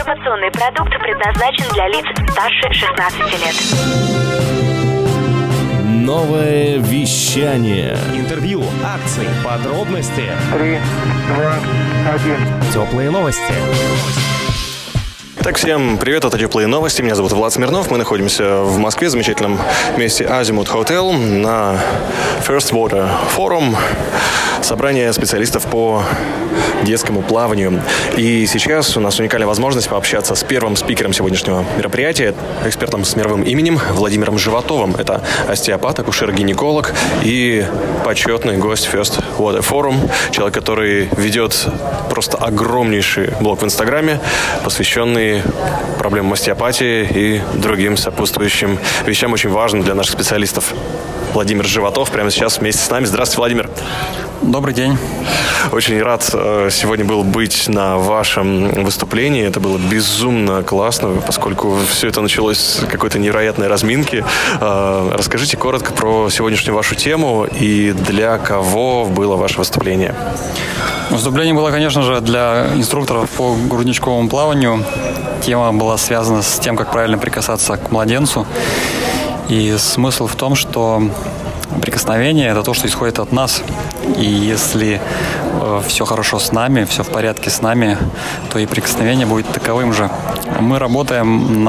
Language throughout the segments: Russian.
Информационный продукт предназначен для лиц старше 16 лет. Новое вещание. Интервью, акции, подробности. 3, 2, 1. Теплые новости. Так, всем привет, это «Теплые новости». Меня зовут Влад Смирнов. Мы находимся в Москве, в замечательном месте Azimut Hotel на First Water Forum. Собрание специалистов по детскому плаванию. И сейчас у нас уникальная возможность пообщаться с первым спикером сегодняшнего мероприятия, экспертом с мировым именем Владимиром Животовым. Это остеопат, акушер-гинеколог и почетный гость First Water Forum. Человек, который ведет просто огромнейший блог в Инстаграме, посвященный проблемам остеопатии и другим сопутствующим вещам, очень важным для наших специалистов. Владимир Животов прямо сейчас вместе с нами. Здравствуйте, Владимир. Добрый день. Очень рад сегодня был быть на вашем выступлении. Это было безумно классно, поскольку все это началось с какой-то невероятной разминки. Расскажите коротко про сегодняшнюю вашу тему и для кого было ваше выступление. Выступление было, конечно же, для инструкторов по грудничковому плаванию. Тема была связана с тем, как правильно прикасаться к младенцу. И смысл в том, что прикосновение – это то, что исходит от нас. И если все хорошо с нами, все в порядке с нами, то и прикосновение будет таковым же. Мы работаем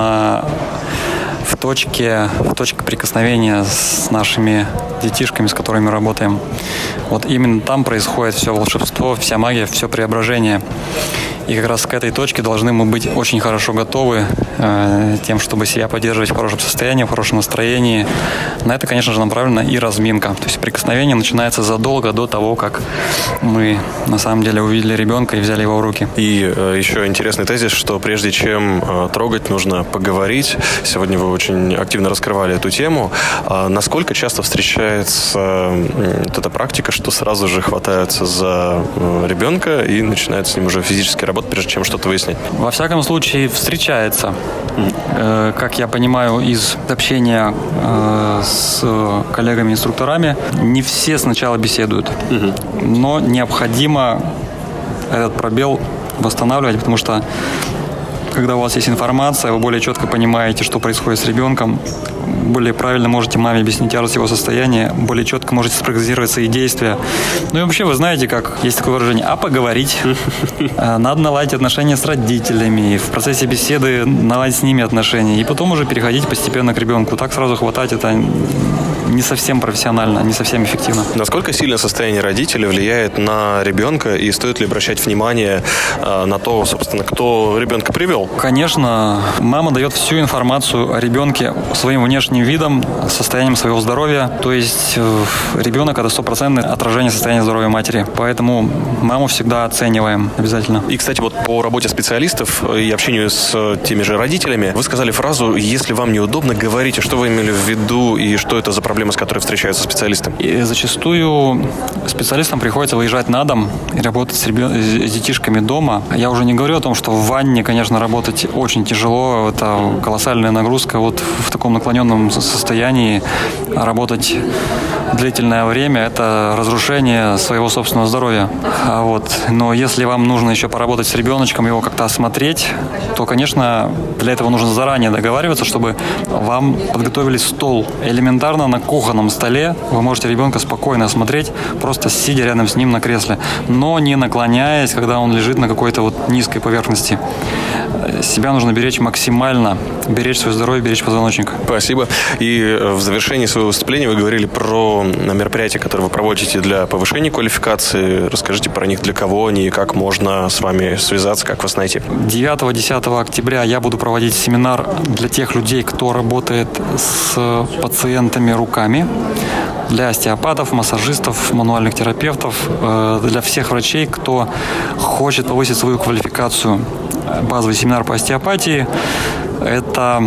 в точке прикосновения с нашими детишками, с которыми работаем. Вот именно там происходит все волшебство, вся магия, все преображение. И как раз к этой точке должны мы быть очень хорошо готовы тем, чтобы себя поддерживать в хорошем состоянии, в хорошем настроении. На это, конечно же, направлена и разминка. То есть прикосновение начинается задолго до того, как мы на самом деле увидели ребенка и взяли его в руки. И еще интересный тезис, что прежде чем трогать, нужно поговорить. Сегодня вы очень активно раскрывали эту тему. Насколько часто встречается вот эта практика, что сразу же хватаются за ребенка и начинают с ним уже физически работать, прежде чем что-то выяснить? Во всяком случае, встречается. Как я понимаю из общения с коллегами-инструкторами, не все сначала беседуют. Но необходимо этот пробел восстанавливать, потому что когда у вас есть информация, вы более четко понимаете, что происходит с ребенком, более правильно можете маме объяснить тяжесть его состояния, более четко можете спрогнозировать свои действия. Ну и вообще вы знаете, как есть такое выражение поговорить. Надо наладить отношения с родителями, в процессе беседы наладить с ними отношения, и потом уже переходить постепенно к ребенку. Так сразу хватать — это не совсем профессионально, не совсем эффективно. Насколько сильно состояние родителей влияет на ребенка, и стоит ли обращать внимание на то, собственно, кто ребенка привел? Конечно, мама дает всю информацию о ребенке своим внешним видом, состоянием своего здоровья. То есть ребенок – это 100% отражение состояния здоровья матери. Поэтому маму всегда оцениваем обязательно. И, кстати, вот по работе специалистов и общению с теми же родителями, вы сказали фразу «если вам неудобно, говорите». Что вы имели в виду и что это за проблема, с которой встречаются специалисты? И зачастую специалистам приходится выезжать на дом и работать с детишками дома. Я уже не говорю о том, что в ванне, конечно, работать очень тяжело. Это колоссальная нагрузка. Вот в таком наклоненном состоянии работать длительное время – это разрушение своего собственного здоровья. Но если вам нужно еще поработать с ребеночком, его как-то осмотреть, то, конечно, для этого нужно заранее договариваться, чтобы вам подготовили стол. Элементарно на кухонном столе вы можете ребенка спокойно осмотреть, просто сидя рядом с ним на кресле, но не наклоняясь, когда он лежит на какой-то низкой поверхности. Себя нужно беречь максимально, беречь свое здоровье, беречь позвоночник. Спасибо. И в завершении своего выступления вы говорили про мероприятия, которые вы проводите для повышения квалификации. Расскажите про них, для кого они и как можно с вами связаться, как вас найти. 9-10 октября я буду проводить семинар для тех людей, кто работает с пациентами руками, для остеопатов, массажистов, мануальных терапевтов, для всех врачей, кто хочет повысить свою квалификацию. Базовый семинар по остеопатии – это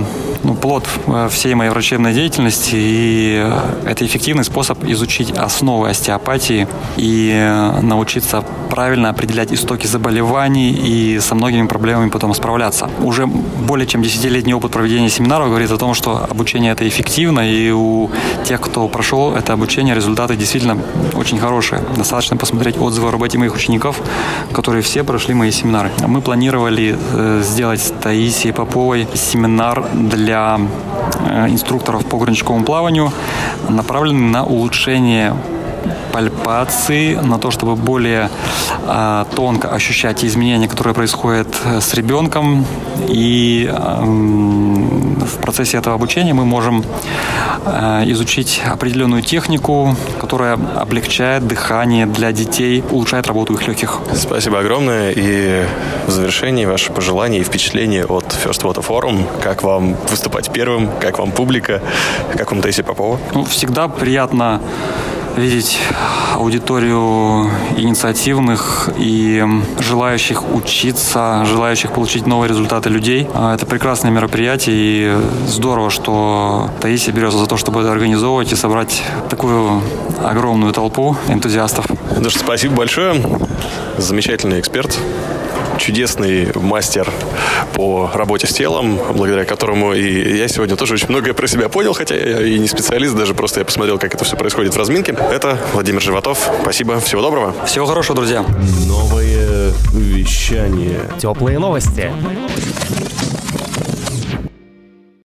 плод всей моей врачебной деятельности, и это эффективный способ изучить основы остеопатии и научиться правильно определять истоки заболеваний и со многими проблемами потом справляться. Уже более чем 10-летний опыт проведения семинаров говорит о том, что обучение это эффективно, и у тех, кто прошел это обучение, результаты действительно очень хорошие. Достаточно посмотреть отзывы о работе моих учеников, которые все прошли мои семинары. Мы планировали сделать с Таисией Поповой семинар для инструкторов по горничковому плаванию, направленный на улучшение пальпации, на то, чтобы более тонко ощущать те изменения, которые происходят с ребенком. И в процессе этого обучения мы можем изучить определенную технику, которая облегчает дыхание для детей, улучшает работу их легких. Спасибо огромное. И в завершении ваши пожелания и впечатления от First Water Forum. Как вам выступать первым? Как вам публика? Как вам Таисия Попова? Всегда приятно видеть аудиторию инициативных и желающих учиться, желающих получить новые результаты людей. Это прекрасное мероприятие, и здорово, что Таисия берется за то, чтобы это организовывать и собрать такую огромную толпу энтузиастов. Спасибо большое. Замечательный эксперт. Чудесный мастер по работе с телом, благодаря которому и я сегодня тоже очень многое про себя понял, хотя я и не специалист, даже просто я посмотрел, как это все происходит в разминке. Это Владимир Животов. Спасибо, всего доброго. Всего хорошего, друзья. Новое вещание. Теплые новости.